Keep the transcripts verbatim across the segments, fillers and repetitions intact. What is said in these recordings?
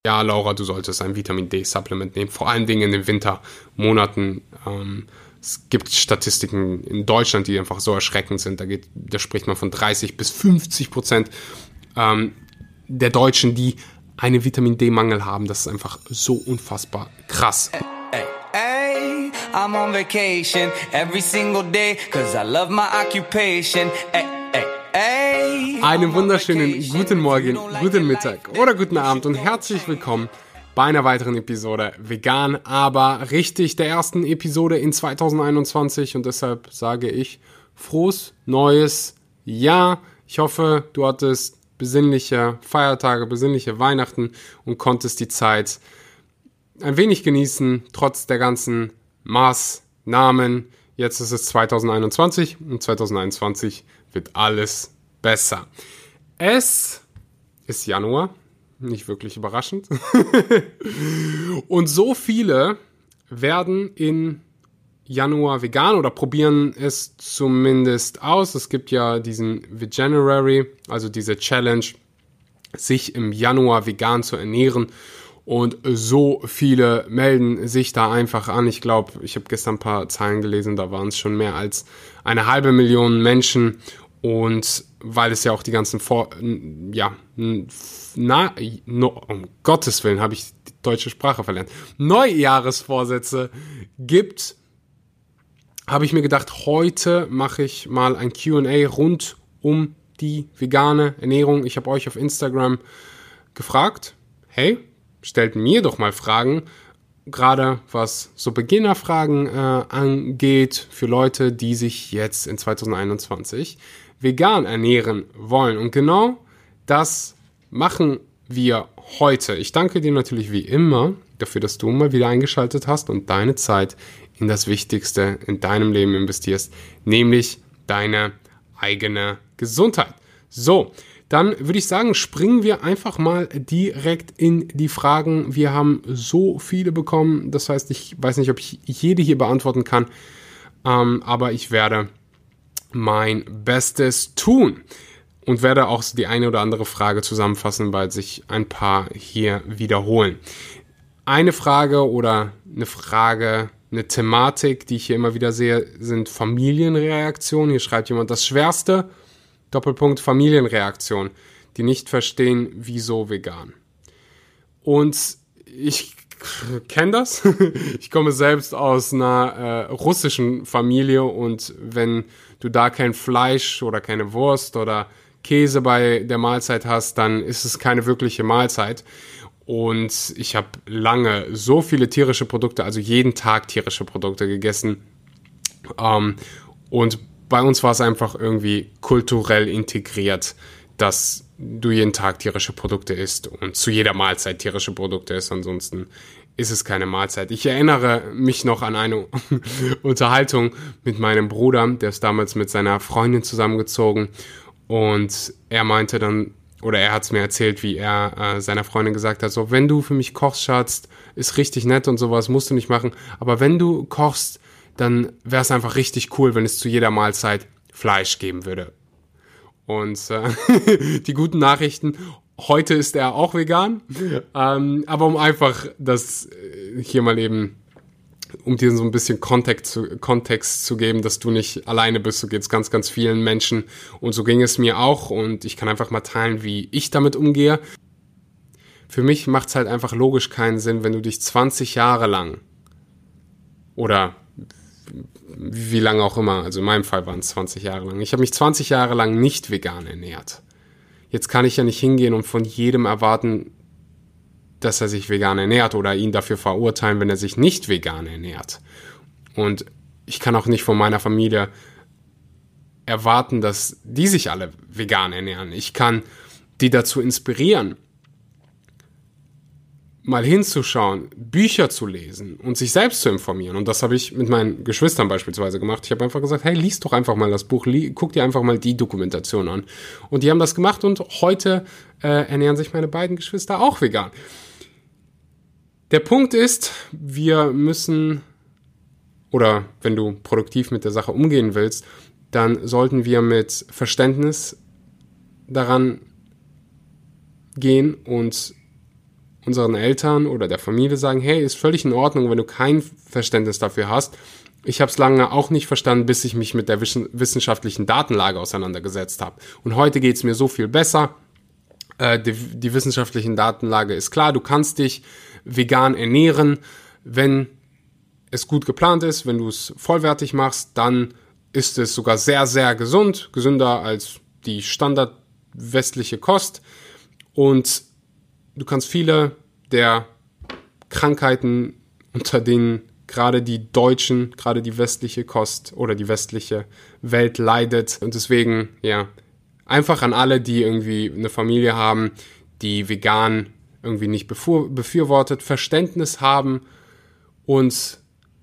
Ja, Laura, du solltest ein Vitamin-D-Supplement nehmen, vor allen Dingen in den Wintermonaten. Ähm, es gibt Statistiken in Deutschland, die einfach so erschreckend sind. Da, geht, da spricht man von dreißig bis fünfzig Prozent ähm, der Deutschen, die einen Vitamin-D-Mangel haben. Das ist einfach so unfassbar krass. Hey, hey, I'm on vacation every single day, cause I love my occupation. Hey, hey, hey. Einen wunderschönen guten Morgen, guten Mittag oder guten Abend und herzlich willkommen bei einer weiteren Episode Vegan, aber richtig, der ersten Episode in zwanzig einundzwanzig, und deshalb sage ich frohes neues Jahr. Ich hoffe, du hattest besinnliche Feiertage, besinnliche Weihnachten und konntest die Zeit ein wenig genießen, trotz der ganzen Maßnahmen. Jetzt ist es zwanzig einundzwanzig und zwanzig einundzwanzig wird alles besser. Es ist Januar, nicht wirklich überraschend. Und so viele werden in Januar vegan oder probieren es zumindest aus. Es gibt ja diesen Veganuary, also diese Challenge, sich im Januar vegan zu ernähren. Und so viele melden sich da einfach an. Ich glaube, ich habe gestern ein paar Zahlen gelesen, da waren es schon mehr als eine halbe Million Menschen. Und weil es ja auch die ganzen Vor... Ja, na, no, um Gottes Willen habe ich die deutsche Sprache verlernt. Neujahresvorsätze gibt, habe ich mir gedacht, heute mache ich mal ein Q und A rund um die vegane Ernährung. Ich habe euch auf Instagram gefragt, hey, stellt mir doch mal Fragen, gerade was so Beginnerfragen äh, angeht, für Leute, die sich jetzt in zwanzig einundzwanzig vegan ernähren wollen. Und genau das machen wir heute. Ich danke dir natürlich wie immer dafür, dass du mal wieder eingeschaltet hast und deine Zeit in das Wichtigste in deinem Leben investierst, nämlich deine eigene Gesundheit. So, dann würde ich sagen, springen wir einfach mal direkt in die Fragen. Wir haben so viele bekommen, das heißt, ich weiß nicht, ob ich jede hier beantworten kann, ähm, aber ich werde mein Bestes tun und werde auch die eine oder andere Frage zusammenfassen, weil sich ein paar hier wiederholen. Eine Frage oder eine Frage, eine Thematik, die ich hier immer wieder sehe, sind Familienreaktionen. Hier schreibt jemand, das Schwerste, Doppelpunkt, Familienreaktion, die nicht verstehen, wieso vegan. Und ich kenne das. Ich komme selbst aus einer äh, russischen Familie und wenn du da kein Fleisch oder keine Wurst oder Käse bei der Mahlzeit hast, dann ist es keine wirkliche Mahlzeit. Und ich habe lange so viele tierische Produkte, also jeden Tag tierische Produkte gegessen. Ähm, und bei uns war es einfach irgendwie kulturell integriert, dass du jeden Tag tierische Produkte isst und zu jeder Mahlzeit tierische Produkte isst. Ansonsten ist es keine Mahlzeit. Ich erinnere mich noch an eine Unterhaltung mit meinem Bruder, der ist damals mit seiner Freundin zusammengezogen und er meinte dann, oder er hat es mir erzählt, wie er äh, seiner Freundin gesagt hat, so, wenn du für mich kochst, Schatz, ist richtig nett und sowas, musst du nicht machen, aber wenn du kochst, dann wäre es einfach richtig cool, wenn es zu jeder Mahlzeit Fleisch geben würde. Und äh, die guten Nachrichten, heute ist er auch vegan, ähm, aber um einfach das äh, hier mal eben, um dir so ein bisschen Kontext zu, Kontext zu geben, dass du nicht alleine bist, so geht es ganz, ganz vielen Menschen und so ging es mir auch und ich kann einfach mal teilen, wie ich damit umgehe. Für mich macht es halt einfach logisch keinen Sinn, wenn du dich zwanzig Jahre lang oder wie lange auch immer, also in meinem Fall waren es zwanzig Jahre lang. Ich habe mich zwanzig Jahre lang nicht vegan ernährt. Jetzt kann ich ja nicht hingehen und von jedem erwarten, dass er sich vegan ernährt oder ihn dafür verurteilen, wenn er sich nicht vegan ernährt. Und ich kann auch nicht von meiner Familie erwarten, dass die sich alle vegan ernähren. Ich kann die dazu inspirieren, mal hinzuschauen, Bücher zu lesen und sich selbst zu informieren. Und das habe ich mit meinen Geschwistern beispielsweise gemacht. Ich habe einfach gesagt, hey, lies doch einfach mal das Buch, li- guck dir einfach mal die Dokumentation an. Und die haben das gemacht und heute äh, ernähren sich meine beiden Geschwister auch vegan. Der Punkt ist, wir müssen, oder wenn du produktiv mit der Sache umgehen willst, dann sollten wir mit Verständnis daran gehen und unseren Eltern oder der Familie sagen, hey, ist völlig in Ordnung, wenn du kein Verständnis dafür hast. Ich habe es lange auch nicht verstanden, bis ich mich mit der wissenschaftlichen Datenlage auseinandergesetzt habe. Und heute geht es mir so viel besser. Äh, die, die wissenschaftliche Datenlage ist klar, du kannst dich vegan ernähren, wenn es gut geplant ist, wenn du es vollwertig machst, dann ist es sogar sehr, sehr gesund, gesünder als die Standard westliche Kost, und du kannst viele der Krankheiten, unter denen gerade die Deutschen, gerade die westliche Kost oder die westliche Welt leidet, und deswegen, ja, einfach an alle, die irgendwie eine Familie haben, die vegan irgendwie nicht befür- befürwortet, Verständnis haben und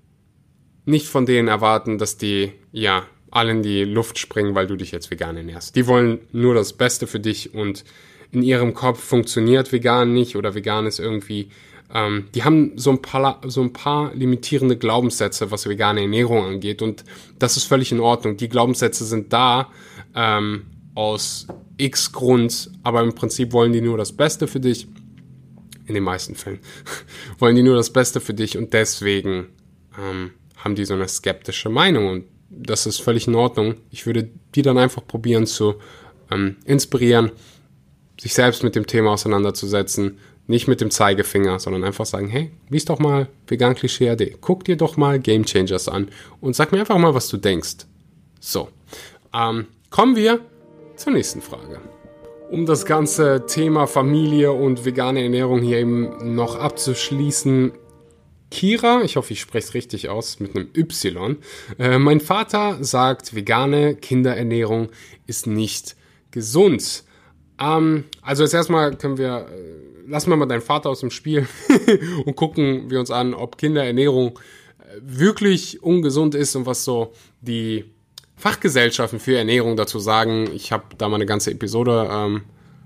nicht von denen erwarten, dass die, ja, alle in die Luft springen, weil du dich jetzt vegan ernährst. Die wollen nur das Beste für dich, und in ihrem Kopf funktioniert vegan nicht oder vegan ist irgendwie, ähm, die haben so ein paar, so ein paar limitierende Glaubenssätze, was vegane Ernährung angeht, und das ist völlig in Ordnung. Die Glaubenssätze sind da ähm, aus x Grund, aber im Prinzip wollen die nur das Beste für dich. In den meisten Fällen wollen die nur das Beste für dich, und deswegen ähm, haben die so eine skeptische Meinung, und das ist völlig in Ordnung. Ich würde die dann einfach probieren zu ähm, inspirieren, sich selbst mit dem Thema auseinanderzusetzen, nicht mit dem Zeigefinger, sondern einfach sagen, hey, lies doch mal Vegan Klischee A D, guck dir doch mal Game Changers an und sag mir einfach mal, was du denkst. So, ähm, kommen wir zur nächsten Frage. Um das ganze Thema Familie und vegane Ernährung hier eben noch abzuschließen, Kira, ich hoffe, ich spreche es richtig aus, mit einem Y. Äh, mein Vater sagt, vegane Kinderernährung ist nicht gesund. Ähm, also jetzt erstmal können wir, äh, lassen wir mal deinen Vater aus dem Spiel und gucken wir uns an, ob Kinderernährung wirklich ungesund ist und was so die Fachgesellschaften für Ernährung dazu sagen. Ich habe da mal eine ganze Episode ähm,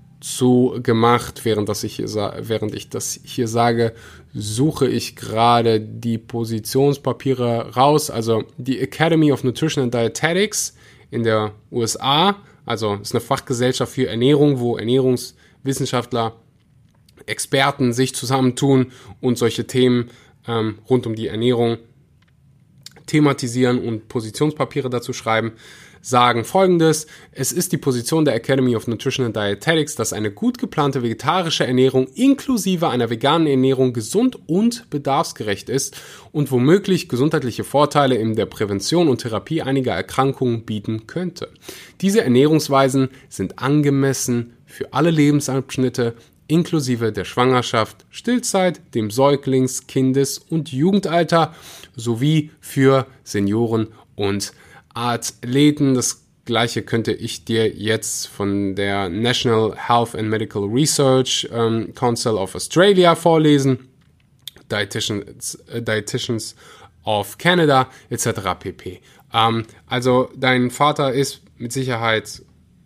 zu gemacht. Während, das ich hier, während ich das hier sage, suche ich gerade die Positionspapiere raus. Also die Academy of Nutrition and Dietetics in der U S A, also ist eine Fachgesellschaft für Ernährung, wo Ernährungswissenschaftler, Experten sich zusammentun und solche Themen ähm, rund um die Ernährung thematisieren und Positionspapiere dazu schreiben, sagen Folgendes: Es ist die Position der Academy of Nutrition and Dietetics, dass eine gut geplante vegetarische Ernährung inklusive einer veganen Ernährung gesund und bedarfsgerecht ist und womöglich gesundheitliche Vorteile in der Prävention und Therapie einiger Erkrankungen bieten könnte. Diese Ernährungsweisen sind angemessen für alle Lebensabschnitte inklusive der Schwangerschaft, Stillzeit, dem Säuglings-, Kindes- und Jugendalter sowie für Senioren und Athleten. Das Gleiche könnte ich dir jetzt von der National Health and Medical Research ähm, Council of Australia vorlesen, Dietitians, äh, Dietitians of Canada et cetera pp. Ähm, also dein Vater ist mit Sicherheit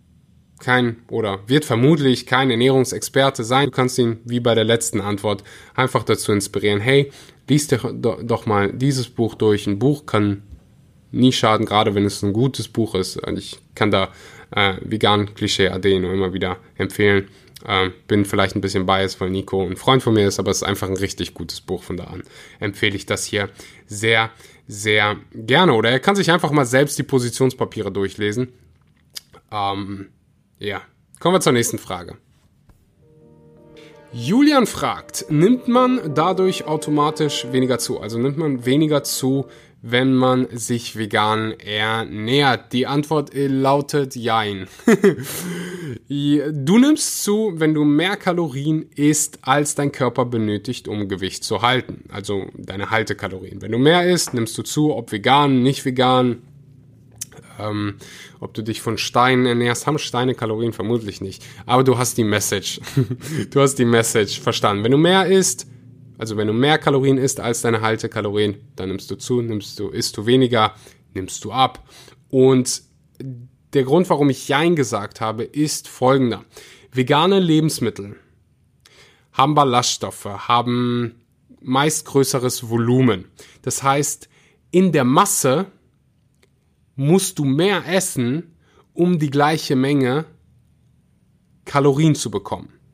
kein oder wird vermutlich kein Ernährungsexperte sein. Du kannst ihn, wie bei der letzten Antwort, einfach dazu inspirieren, hey, lies dir doch mal dieses Buch durch. Ein Buch kann nie schaden, gerade wenn es ein gutes Buch ist. Ich kann da äh, Vegan Klischee A D nur immer wieder empfehlen. Ähm, bin vielleicht ein bisschen biased, weil Nico ein Freund von mir ist, aber es ist einfach ein richtig gutes Buch. Von da an empfehle ich das hier sehr, sehr gerne. Oder er kann sich einfach mal selbst die Positionspapiere durchlesen. Ähm, ja, kommen wir zur nächsten Frage. Julian fragt, nimmt man dadurch automatisch weniger zu? Also nimmt man weniger zu, wenn man sich vegan ernährt? Die Antwort lautet Jein. Du nimmst zu, wenn du mehr Kalorien isst, als dein Körper benötigt, um Gewicht zu halten. Also deine Haltekalorien. Wenn du mehr isst, nimmst du zu, ob vegan, nicht vegan. Ähm, ob du dich von Steinen ernährst, haben Steine Kalorien? Vermutlich nicht. Aber du hast die Message. Du hast die Message verstanden. Wenn du mehr isst, also wenn du mehr Kalorien isst als deine Haltekalorien, dann nimmst du zu, nimmst du, isst du weniger, nimmst du ab. Und der Grund, warum ich Jein gesagt habe, ist folgender. Vegane Lebensmittel haben Ballaststoffe, haben meist größeres Volumen. Das heißt, in der Masse musst du mehr essen, um die gleiche Menge Kalorien zu bekommen.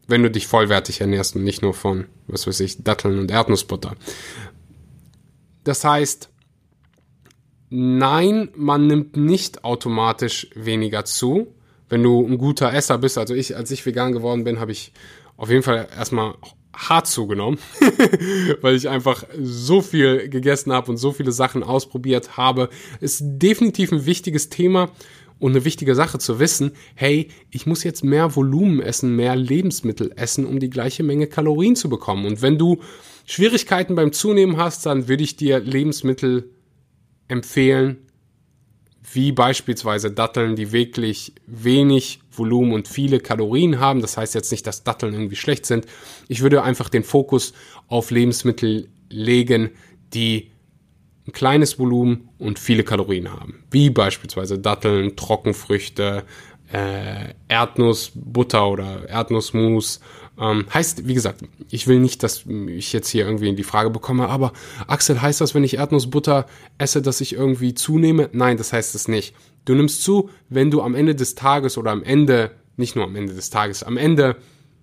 wenn du dich vollwertig ernährst und nicht nur von, was weiß ich, Datteln und Erdnussbutter. Das heißt, nein, man nimmt nicht automatisch weniger zu, wenn du ein guter Esser bist. Also ich, als ich vegan geworden bin, habe ich auf jeden Fall erstmal hart zugenommen, weil ich einfach so viel gegessen habe und so viele Sachen ausprobiert habe. Ist definitiv ein wichtiges Thema und eine wichtige Sache zu wissen, hey, ich muss jetzt mehr Volumen essen, mehr Lebensmittel essen, um die gleiche Menge Kalorien zu bekommen. Und wenn du Schwierigkeiten beim Zunehmen hast, dann würde ich dir Lebensmittel empfehlen, wie beispielsweise Datteln, die wirklich wenig Volumen und viele Kalorien haben. Das heißt jetzt nicht, dass Datteln irgendwie schlecht sind. Ich würde einfach den Fokus auf Lebensmittel legen, die ein kleines Volumen und viele Kalorien haben. Wie beispielsweise Datteln, Trockenfrüchte, äh, Erdnussbutter oder Erdnussmus. Ähm, heißt, wie gesagt, ich will nicht, dass ich jetzt hier irgendwie in die Frage bekomme, aber Axel, heißt das, wenn ich Erdnussbutter esse, dass ich irgendwie zunehme? Nein, das heißt es nicht. Du nimmst zu, wenn du am Ende des Tages oder am Ende, nicht nur am Ende des Tages, am Ende,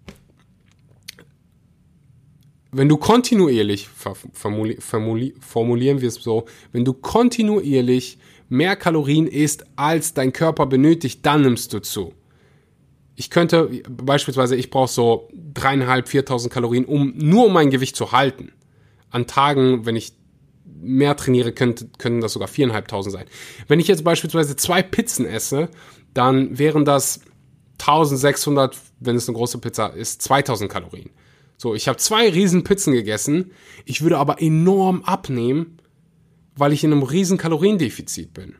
wenn du kontinuierlich, formuli, formuli, formulieren wir es so, wenn du kontinuierlich mehr Kalorien isst, als dein Körper benötigt, dann nimmst du zu. Ich könnte, beispielsweise, ich brauche so dreieinhalb, viertausend Kalorien, um nur um mein Gewicht zu halten. An Tagen, wenn ich mehr trainiere, könnte, können das sogar viereinhalbtausend sein. Wenn ich jetzt beispielsweise zwei Pizzen esse, dann wären das eintausendsechshundert, wenn es eine große Pizza ist, zweitausend Kalorien. So, ich habe zwei riesen Pizzen gegessen, ich würde aber enorm abnehmen, weil ich in einem riesen Kaloriendefizit bin.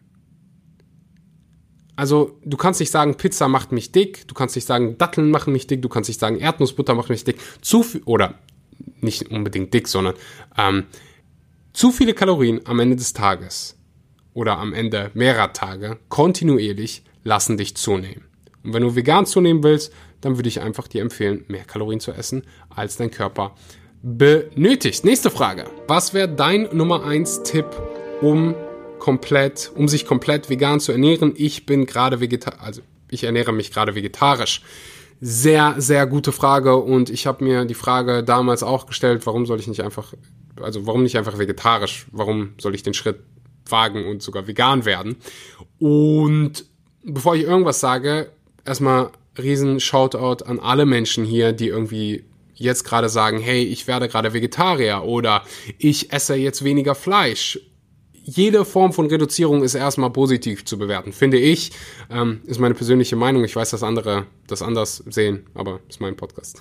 Also, du kannst nicht sagen, Pizza macht mich dick, du kannst nicht sagen, Datteln machen mich dick, du kannst nicht sagen, Erdnussbutter macht mich dick. Zu viel, oder nicht unbedingt dick, sondern ähm, zu viele Kalorien am Ende des Tages oder am Ende mehrerer Tage kontinuierlich lassen dich zunehmen. Und wenn du vegan zunehmen willst, dann würde ich einfach dir empfehlen, mehr Kalorien zu essen, als dein Körper benötigt. Nächste Frage. Was wäre dein Nummer eins Tipp, um komplett, um sich komplett vegan zu ernähren? Ich bin gerade vegetarisch, also ich ernähre mich gerade vegetarisch. Sehr, sehr gute Frage und ich habe mir die Frage damals auch gestellt, warum soll ich nicht einfach, also warum nicht einfach vegetarisch? Warum soll ich den Schritt wagen und sogar vegan werden? Und bevor ich irgendwas sage, erstmal riesen Shoutout an alle Menschen hier, die irgendwie jetzt gerade sagen, hey, ich werde gerade Vegetarier oder ich esse jetzt weniger Fleisch. Jede Form von Reduzierung ist erstmal positiv zu bewerten, finde ich. Ähm, ist meine persönliche Meinung. Ich weiß, dass andere das anders sehen, aber ist mein Podcast.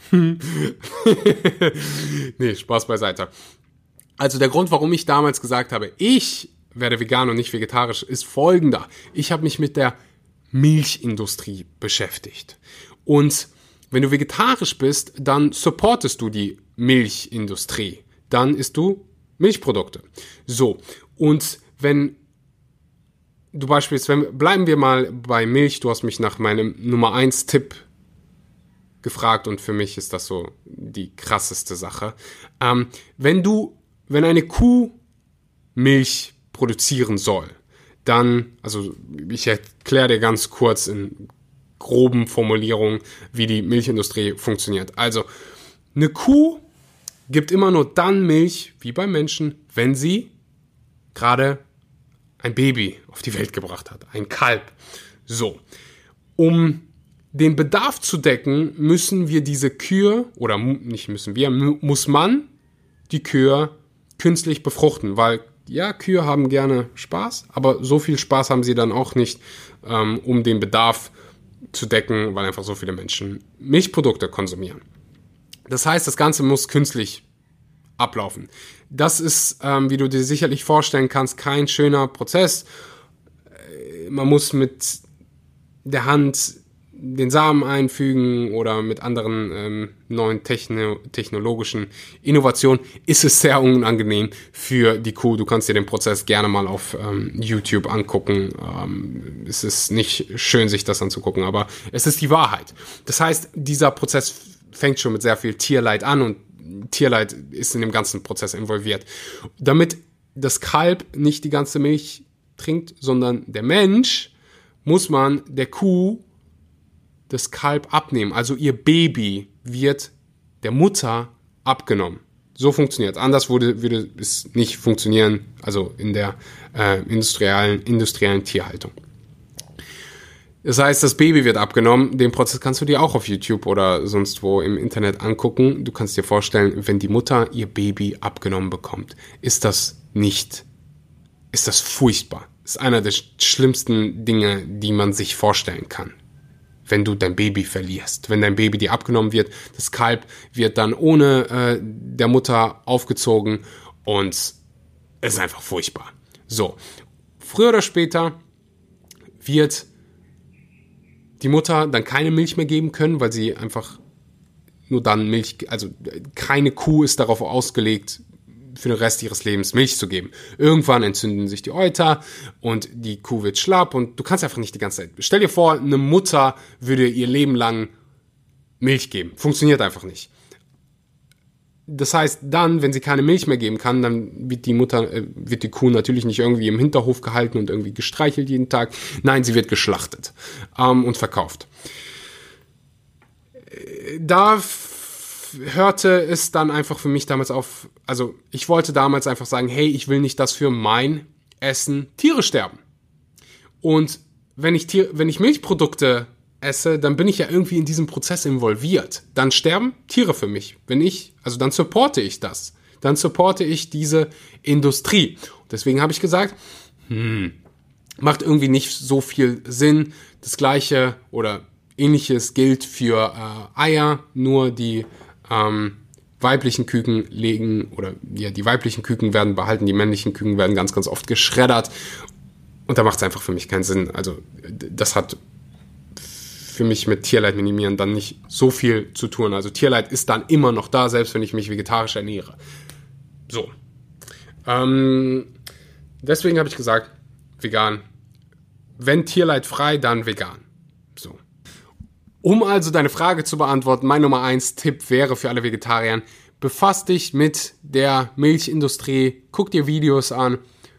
Nee, Spaß beiseite. Also der Grund, warum ich damals gesagt habe, ich werde vegan und nicht vegetarisch, ist folgender. Ich habe mich mit der Milchindustrie beschäftigt. Und wenn du vegetarisch bist, dann supportest du die Milchindustrie. Dann isst du Milchprodukte. So, und wenn du beispielsweise, bleiben wir mal bei Milch, du hast mich nach meinem Nummer eins Tipp gefragt und für mich ist das so die krasseste Sache. Ähm, wenn du, wenn eine Kuh Milch produzieren soll, dann, also ich erkläre dir ganz kurz in groben Formulierungen, wie die Milchindustrie funktioniert. Also eine Kuh gibt immer nur dann Milch, wie beim Menschen, wenn sie gerade ein Baby auf die Welt gebracht hat, ein Kalb. So, um den Bedarf zu decken, müssen wir diese Kühe, oder nicht müssen wir, muss man die Kühe künstlich befruchten, weil ja, Kühe haben gerne Spaß, aber so viel Spaß haben sie dann auch nicht, ähm, um den Bedarf zu decken, weil einfach so viele Menschen Milchprodukte konsumieren. Das heißt, das Ganze muss künstlich ablaufen. Das ist, ähm, wie du dir sicherlich vorstellen kannst, kein schöner Prozess. Man muss mit der Hand den Samen einfügen oder mit anderen ähm, neuen Techno- technologischen Innovationen, ist es sehr unangenehm für die Kuh. Du kannst dir den Prozess gerne mal auf ähm, YouTube angucken. Ähm, es ist nicht schön, sich das anzugucken, aber es ist die Wahrheit. Das heißt, dieser Prozess fängt schon mit sehr viel Tierleid an und Tierleid ist in dem ganzen Prozess involviert. Damit das Kalb nicht die ganze Milch trinkt, sondern der Mensch, muss man der Kuh das Kalb abnehmen, also ihr Baby wird der Mutter abgenommen. So funktioniert es. Anders würde, würde es nicht funktionieren, also in der äh, industriellen, industriellen Tierhaltung. Das heißt, das Baby wird abgenommen. Den Prozess kannst du dir auch auf YouTube oder sonst wo im Internet angucken. Du kannst dir vorstellen, wenn die Mutter ihr Baby abgenommen bekommt, ist das nicht, ist das furchtbar. Ist einer der schlimmsten Dinge, die man sich vorstellen kann. Wenn du dein Baby verlierst, wenn dein Baby dir abgenommen wird, das Kalb wird dann ohne äh, der Mutter aufgezogen und es ist einfach furchtbar. So, früher oder später wird die Mutter dann keine Milch mehr geben können, weil sie einfach nur dann Milch, also keine Kuh ist darauf ausgelegt, für den Rest ihres Lebens Milch zu geben. Irgendwann entzünden sich die Euter und die Kuh wird schlapp und du kannst einfach nicht die ganze Zeit. Stell dir vor, eine Mutter würde ihr Leben lang Milch geben. Funktioniert einfach nicht. Das heißt, dann, wenn sie keine Milch mehr geben kann, dann wird die Mutter, äh, wird die Kuh natürlich nicht irgendwie im Hinterhof gehalten und irgendwie gestreichelt jeden Tag. Nein, sie wird geschlachtet ähm, und verkauft. Da f- hörte es dann einfach für mich damals auf, also ich wollte damals einfach sagen, hey, ich will nicht, dass für mein Essen Tiere sterben. Und wenn ich, Tier, wenn ich Milchprodukte esse, dann bin ich ja irgendwie in diesem Prozess involviert. Dann sterben Tiere für mich. Wenn ich, also dann supporte ich das. Dann supporte ich diese Industrie. Und deswegen habe ich gesagt, hm, macht irgendwie nicht so viel Sinn. Das Gleiche oder Ähnliches gilt für äh, Eier, nur die ähm, weiblichen Küken legen, oder ja, die weiblichen Küken werden behalten, die männlichen Küken werden ganz, ganz oft geschreddert. Und da macht es einfach für mich keinen Sinn. Also das hat für mich mit Tierleid minimieren dann nicht so viel zu tun. Also Tierleid ist dann immer noch da, selbst wenn ich mich vegetarisch ernähre. So. Ähm, deswegen habe ich gesagt, vegan. Wenn Tierleid frei, dann vegan. So. Um also deine Frage zu beantworten, mein Nummer eins Tipp wäre für alle Vegetarier, befass dich mit der Milchindustrie, guck dir Videos an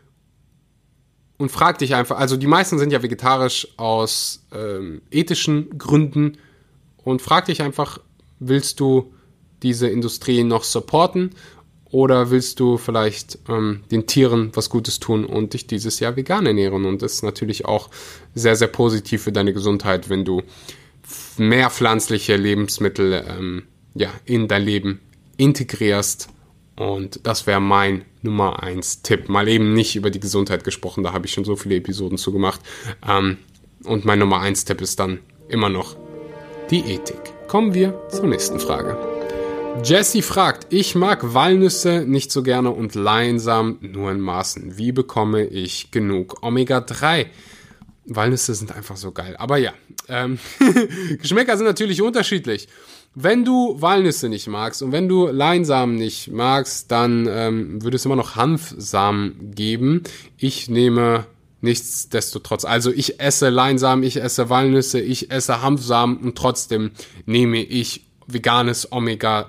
und frag dich einfach, also die meisten sind ja vegetarisch aus ähm, ethischen Gründen und frag dich einfach, willst du diese Industrie noch supporten oder willst du vielleicht ähm, den Tieren was Gutes tun und dich dieses Jahr vegan ernähren? Und das ist natürlich auch sehr, sehr positiv für deine Gesundheit, wenn du mehr pflanzliche Lebensmittel ähm, ja, in dein Leben integrierst. Und das wäre mein Nummer eins Tipp. Mal eben nicht über die Gesundheit gesprochen, da habe ich schon so viele Episoden zu gemacht. Ähm, und mein Nummer eins Tipp ist dann immer noch die Ethik. Kommen wir zur nächsten Frage. Jessie fragt, ich mag Walnüsse nicht so gerne und Leinsamen nur in Maßen. Wie bekomme ich genug Omega drei? Walnüsse sind einfach so geil. Aber ja, ähm, Geschmäcker sind natürlich unterschiedlich. Wenn du Walnüsse nicht magst und wenn du Leinsamen nicht magst, dann ähm, würde es immer noch Hanfsamen geben. Ich nehme nichtsdestotrotz, also ich esse Leinsamen, ich esse Walnüsse, ich esse Hanfsamen und trotzdem nehme ich veganes Omega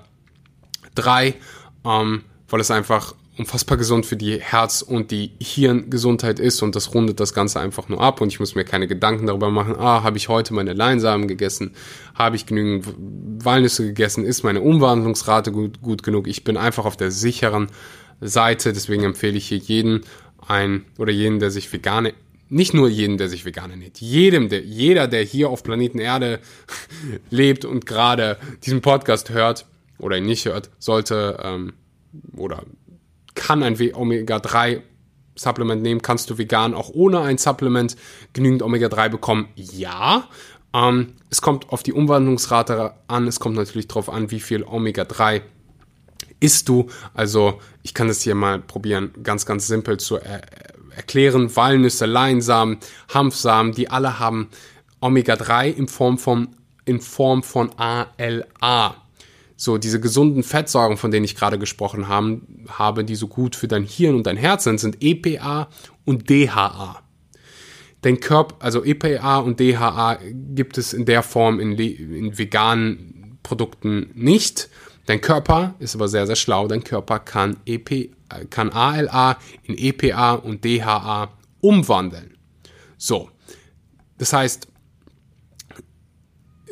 drei, ähm, weil es einfach unfassbar gesund für die Herz- und die Hirngesundheit ist und das rundet das Ganze einfach nur ab und ich muss mir keine Gedanken darüber machen, ah, habe ich heute meine Leinsamen gegessen, habe ich genügend Walnüsse gegessen, ist meine Umwandlungsrate gut, gut genug, ich bin einfach auf der sicheren Seite, deswegen empfehle ich hier jeden ein, oder jeden, der sich vegan, nicht nur jeden, der sich vegan ernährt, jedem, der, jeder, der hier auf Planeten Erde lebt und gerade diesen Podcast hört oder ihn nicht hört, sollte ähm, oder kann ein Omega drei Supplement nehmen, kannst du vegan auch ohne ein Supplement genügend Omega drei bekommen? Ja. Ähm, es kommt auf die Umwandlungsrate an, es kommt natürlich darauf an, wie viel Omega drei isst du. Also ich kann das hier mal probieren, ganz, ganz simpel zu er- erklären. Walnüsse, Leinsamen, Hanfsamen, die alle haben Omega drei in Form von, in Form von A L A. So, diese gesunden Fettsäuren, von denen ich gerade gesprochen habe, habe, die so gut für dein Hirn und dein Herz sind, sind E P A und D H A. Dein Körper, also E P A und D H A gibt es in der Form in, in veganen Produkten nicht. Dein Körper ist aber sehr, sehr schlau. Dein Körper kann, E P, kann A L A in E P A und D H A umwandeln. So, das heißt,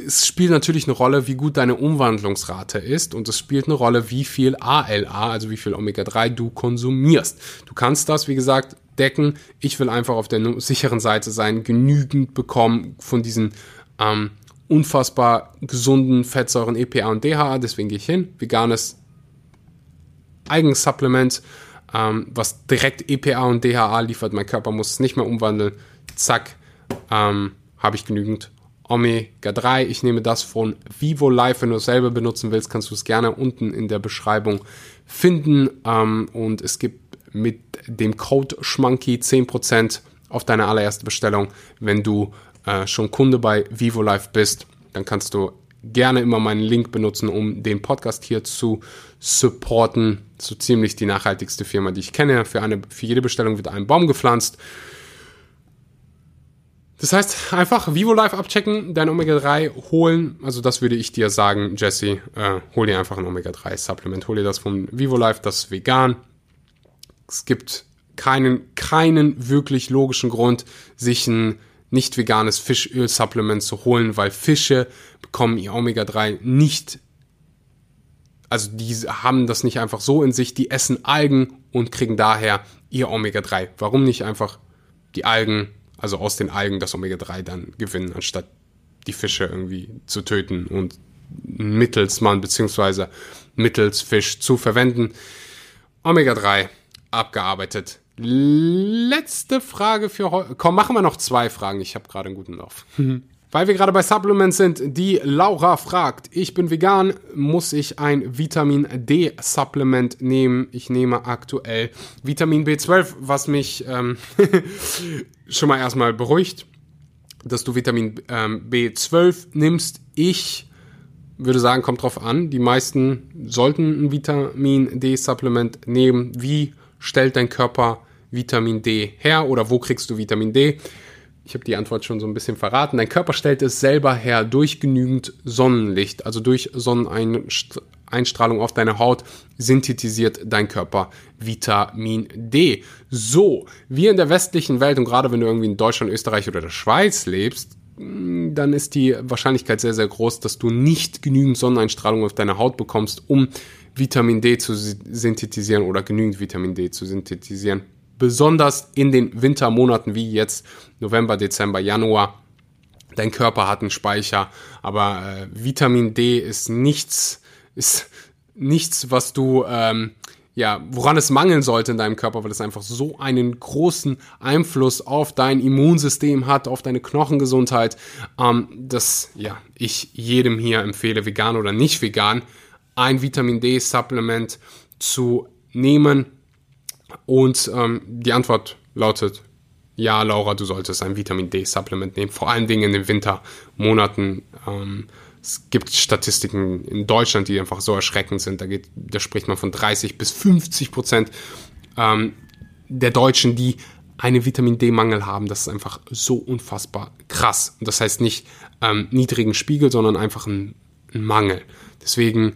es spielt natürlich eine Rolle, wie gut deine Umwandlungsrate ist und es spielt eine Rolle, wie viel A L A, also wie viel Omega drei du konsumierst. Du kannst das, wie gesagt, decken. Ich will einfach auf der sicheren Seite sein, genügend bekommen von diesen ähm, unfassbar gesunden Fettsäuren E P A und D H A, deswegen gehe ich hin. Veganes Eigensupplement, ähm, was direkt E P A und D H A liefert. Mein Körper muss es nicht mehr umwandeln. Zack, ähm, habe ich genügend Omega drei. Ich nehme das von Vivo Life. Wenn du es selber benutzen willst, kannst du es gerne unten in der Beschreibung finden. Ähm, und es gibt mit dem Code Schmanky zehn Prozent auf deine allererste Bestellung. Wenn du äh, schon Kunde bei Vivo Life bist, dann kannst du gerne immer meinen Link benutzen, um den Podcast hier zu supporten. So ziemlich die nachhaltigste Firma, die ich kenne. Für, eine, für jede Bestellung wird ein Baum gepflanzt. Das heißt, einfach Vivo Life abchecken, dein Omega drei holen. Also das würde ich dir sagen, Jesse, äh, hol dir einfach ein Omega drei Supplement. Hol dir das von Vivo Life, das ist vegan. Es gibt keinen, keinen wirklich logischen Grund, sich ein nicht veganes Fischöl-Supplement zu holen, weil Fische bekommen ihr Omega drei nicht, also die haben das nicht einfach so in sich, die essen Algen und kriegen daher ihr Omega drei. Warum nicht einfach die Algen, also aus den Algen das Omega drei dann gewinnen, anstatt die Fische irgendwie zu töten und mittels Mann bzw. mittels Fisch zu verwenden. Omega drei abgearbeitet. Letzte Frage für heute. Komm, machen wir noch zwei Fragen. Ich habe gerade einen guten Lauf. Weil wir gerade bei Supplements sind, die Laura fragt, ich bin vegan, muss ich ein Vitamin D Supplement nehmen? Ich nehme aktuell Vitamin B zwölf, was mich ähm, schon mal erstmal beruhigt, dass du Vitamin ähm, B zwölf nimmst. Ich würde sagen, kommt drauf an. Die meisten sollten ein Vitamin D Supplement nehmen. Wie stellt dein Körper Vitamin D her oder wo kriegst du Vitamin D? Ich habe die Antwort schon so ein bisschen verraten. Dein Körper stellt es selber her durch genügend Sonnenlicht, also durch Sonneneinstrahlung auf deine Haut, synthetisiert dein Körper Vitamin D. So, wir in der westlichen Welt und gerade wenn du irgendwie in Deutschland, Österreich oder der Schweiz lebst, dann ist die Wahrscheinlichkeit sehr, sehr groß, dass du nicht genügend Sonneneinstrahlung auf deine Haut bekommst, um Vitamin D zu synthetisieren oder genügend Vitamin D zu synthetisieren. Besonders in den Wintermonaten wie jetzt November, Dezember, Januar. Dein Körper hat einen Speicher, aber äh, Vitamin D ist nichts, ist nichts, was du, ähm, ja, woran es mangeln sollte in deinem Körper, weil es einfach so einen großen Einfluss auf dein Immunsystem hat, auf deine Knochengesundheit, ähm, dass ja, ich jedem hier empfehle, vegan oder nicht vegan, ein Vitamin D Supplement zu nehmen. Und ähm, die Antwort lautet, ja, Laura, du solltest ein Vitamin D Supplement nehmen, vor allen Dingen in den Wintermonaten. Ähm, es gibt Statistiken in Deutschland, die einfach so erschreckend sind. Da, geht, da spricht man von dreißig bis fünfzig Prozent ähm, der Deutschen, die einen Vitamin D-Mangel haben. Das ist einfach so unfassbar krass. Und das heißt nicht ähm, niedrigen Spiegel, sondern einfach ein, ein Mangel. Deswegen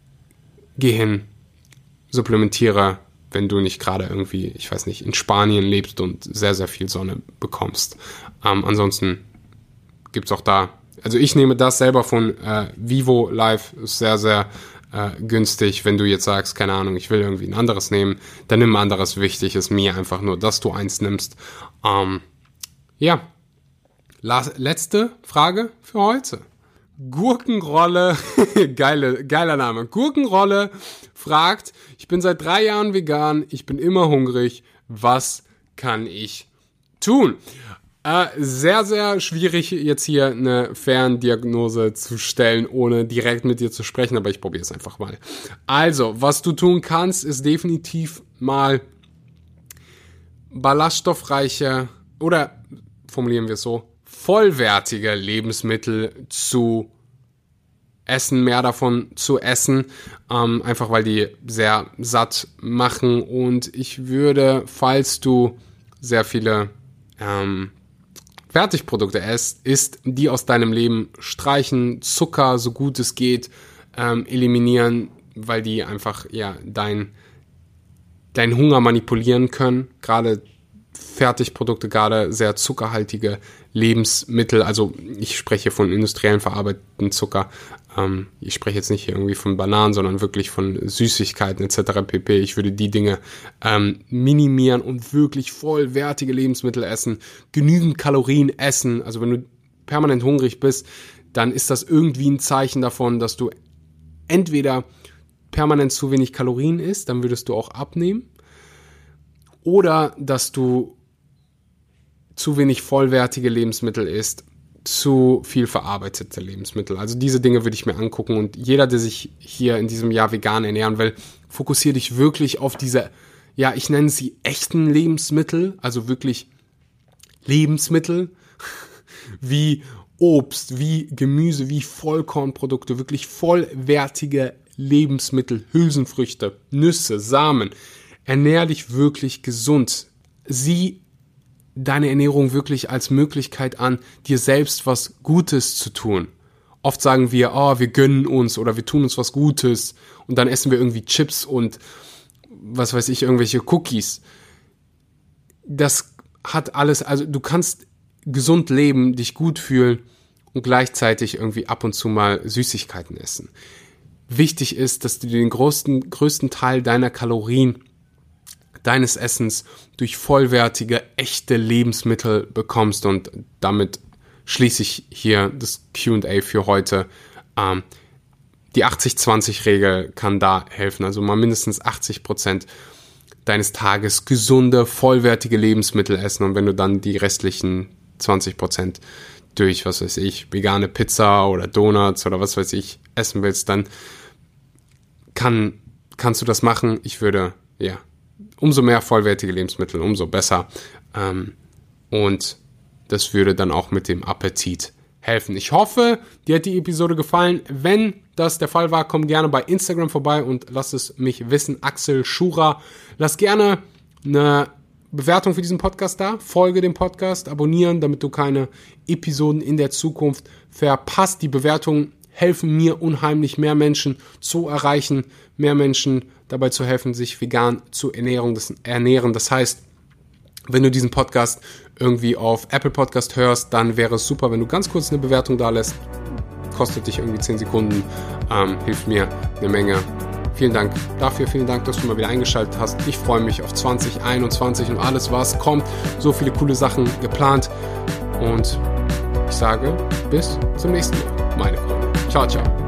geh hin, supplementiere, wenn du nicht gerade irgendwie, ich weiß nicht, in Spanien lebst und sehr, sehr viel Sonne bekommst. Ähm, ansonsten gibt es auch da, also ich nehme das selber von äh, Vivo Life, ist sehr, sehr äh, günstig. Wenn du jetzt sagst, keine Ahnung, ich will irgendwie ein anderes nehmen, dann nimm ein anderes. Wichtig ist mir einfach nur, dass du eins nimmst. Ähm, ja, La- letzte Frage für heute. Gurkenrolle, geile, geiler Name. Gurkenrolle fragt, ich bin seit drei Jahren vegan, ich bin immer hungrig, was kann ich tun? Äh, sehr, sehr schwierig jetzt hier eine Ferndiagnose zu stellen, ohne direkt mit dir zu sprechen, aber ich probiere es einfach mal. Also, was du tun kannst, ist definitiv mal ballaststoffreiche oder formulieren wir es so, vollwertige Lebensmittel zu essen, mehr davon zu essen, ähm, einfach weil die sehr satt machen. Und ich würde, falls du sehr viele ähm, Fertigprodukte isst, isst, die aus deinem Leben streichen, Zucker, so gut es geht, ähm, eliminieren, weil die einfach ja dein, deinen Hunger manipulieren können. Gerade Fertigprodukte, gerade sehr zuckerhaltige Lebensmittel, also ich spreche von industriellen verarbeiteten Zucker, ähm, ich spreche jetzt nicht hier irgendwie von Bananen, sondern wirklich von Süßigkeiten et cetera pp. Ich würde die Dinge ähm, minimieren und wirklich vollwertige Lebensmittel essen, genügend Kalorien essen. Also wenn du permanent hungrig bist, dann ist das irgendwie ein Zeichen davon, dass du entweder permanent zu wenig Kalorien isst, dann würdest du auch abnehmen, oder dass du zu wenig vollwertige Lebensmittel isst, zu viel verarbeitete Lebensmittel. Also diese Dinge würde ich mir angucken, und jeder, der sich hier in diesem Jahr vegan ernähren will, fokussiere dich wirklich auf diese, ja, ich nenne sie echten Lebensmittel, also wirklich Lebensmittel, wie Obst, wie Gemüse, wie Vollkornprodukte, wirklich vollwertige Lebensmittel, Hülsenfrüchte, Nüsse, Samen. Ernähr dich wirklich gesund. Sieh deine Ernährung wirklich als Möglichkeit an, dir selbst was Gutes zu tun. Oft sagen wir, oh, wir gönnen uns oder wir tun uns was Gutes, und dann essen wir irgendwie Chips und was weiß ich, irgendwelche Cookies. Das hat alles, also du kannst gesund leben, dich gut fühlen und gleichzeitig irgendwie ab und zu mal Süßigkeiten essen. Wichtig ist, dass du den größten, größten Teil deiner Kalorien, deines Essens durch vollwertige, echte Lebensmittel bekommst, und damit schließe ich hier das Q und A für heute. Ähm, die achtzig zwanzig Regel kann da helfen, also mal mindestens achtzig Prozent deines Tages gesunde, vollwertige Lebensmittel essen, und wenn du dann die restlichen zwanzig Prozent durch, was weiß ich, vegane Pizza oder Donuts oder was weiß ich essen willst, dann kann, kannst du das machen. Ich würde, ja, umso mehr vollwertige Lebensmittel, umso besser. Ähm, und das würde dann auch mit dem Appetit helfen. Ich hoffe, dir hat die Episode gefallen. Wenn das der Fall war, komm gerne bei Instagram vorbei und lass es mich wissen. Axel Schura. Lass gerne eine Bewertung für diesen Podcast da. Folge dem Podcast, abonnieren, damit du keine Episoden in der Zukunft verpasst. Die Bewertungen helfen mir unheimlich, mehr Menschen zu erreichen, mehr Menschen dabei zu helfen, sich vegan zu ernähren. Das, ernähren. Das heißt, wenn du diesen Podcast irgendwie auf Apple Podcast hörst, dann wäre es super, wenn du ganz kurz eine Bewertung da lässt. Kostet dich irgendwie zehn Sekunden, ähm, hilft mir eine Menge. Vielen Dank dafür, vielen Dank, dass du mal wieder eingeschaltet hast. Ich freue mich auf zwanzig einundzwanzig und alles, was kommt. So viele coole Sachen geplant. Und ich sage, bis zum nächsten Mal, meine Freunde. Ciao, ciao.